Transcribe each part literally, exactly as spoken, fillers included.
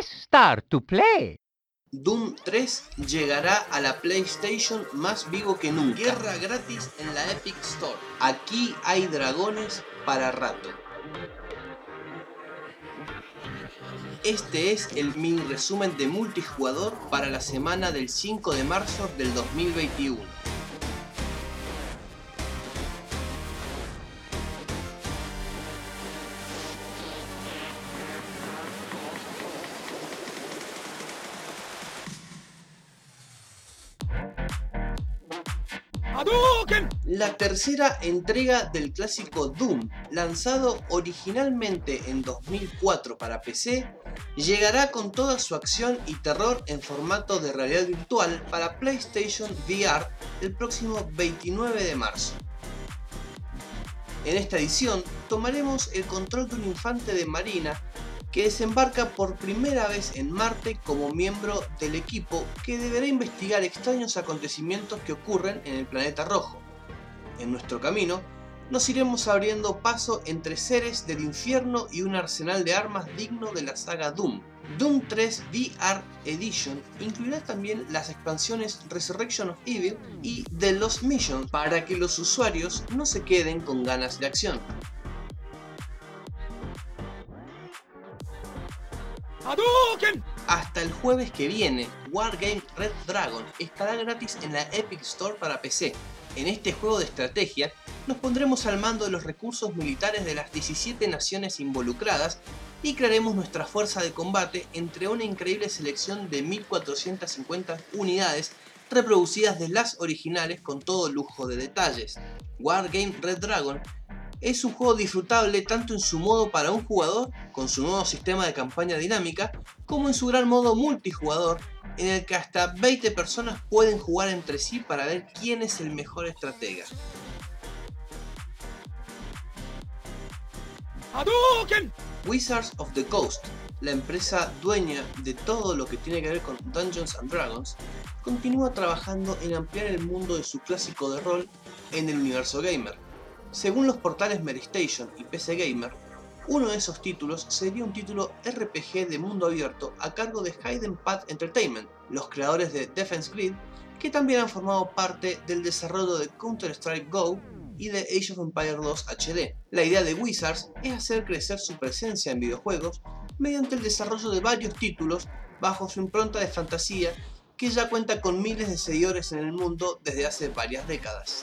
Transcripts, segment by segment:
start to play. Doom tres llegará a la PlayStation más vivo que nunca. Guerra gratis en la Epic Store. Aquí hay dragones para rato. Este es el mini resumen de multijugador para la semana del cinco de marzo del dos mil veintiuno. La tercera entrega del clásico Doom, lanzado originalmente en dos mil cuatro para P C, llegará con toda su acción y terror en formato de realidad virtual para PlayStation V R el próximo veintinueve de marzo. En esta edición tomaremos el control de un infante de marina que desembarca por primera vez en Marte como miembro del equipo que deberá investigar extraños acontecimientos que ocurren en el planeta rojo. En nuestro camino, nos iremos abriendo paso entre seres del infierno y un arsenal de armas digno de la saga Doom. Doom tres V R Edition incluirá también las expansiones Resurrection of Evil y The Lost Mission para que los usuarios no se queden con ganas de acción. Hasta el jueves que viene, Wargame Red Dragon estará gratis en la Epic Store para P C. En este juego de estrategia, nos pondremos al mando de los recursos militares de las diecisiete naciones involucradas y crearemos nuestra fuerza de combate entre una increíble selección de mil cuatrocientas cincuenta unidades reproducidas de las originales con todo lujo de detalles. Wargame Red Dragon es un juego disfrutable tanto en su modo para un jugador, con su nuevo sistema de campaña dinámica, como en su gran modo multijugador, en el que hasta veinte personas pueden jugar entre sí para ver quién es el mejor estratega. Wizards of the Coast, la empresa dueña de todo lo que tiene que ver con Dungeons and Dragons, continúa trabajando en ampliar el mundo de su clásico de rol en el universo gamer. Según los portales Meristation y P C Gamer, uno de esos títulos sería un título R P G de mundo abierto a cargo de Hidden Path Entertainment, los creadores de Defense Grid, que también han formado parte del desarrollo de Counter-Strike Go y de Age of Empires dos H D. La idea de Wizards es hacer crecer su presencia en videojuegos mediante el desarrollo de varios títulos bajo su impronta de fantasía que ya cuenta con miles de seguidores en el mundo desde hace varias décadas.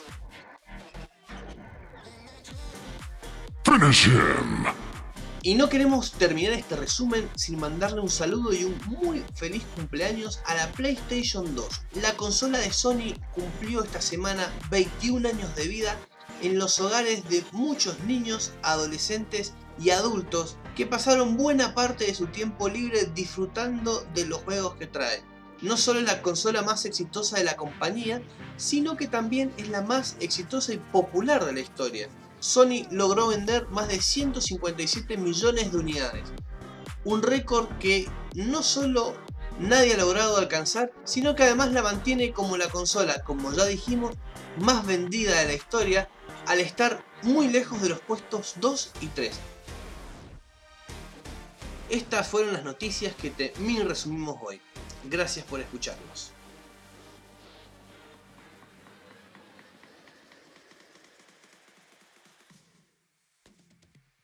Finish him. Y no queremos terminar este resumen sin mandarle un saludo y un muy feliz cumpleaños a la PlayStation dos. La consola de Sony cumplió esta semana veintiún años de vida en los hogares de muchos niños, adolescentes y adultos que pasaron buena parte de su tiempo libre disfrutando de los juegos que trae. No solo es la consola más exitosa de la compañía, sino que también es la más exitosa y popular de la historia. Sony logró vender más de ciento cincuenta y siete millones de unidades, un récord que no solo nadie ha logrado alcanzar, sino que además la mantiene como la consola, como ya dijimos, más vendida de la historia, al estar muy lejos de los puestos dos y tres. Estas fueron las noticias que te mini resumimos hoy. Gracias por escucharnos.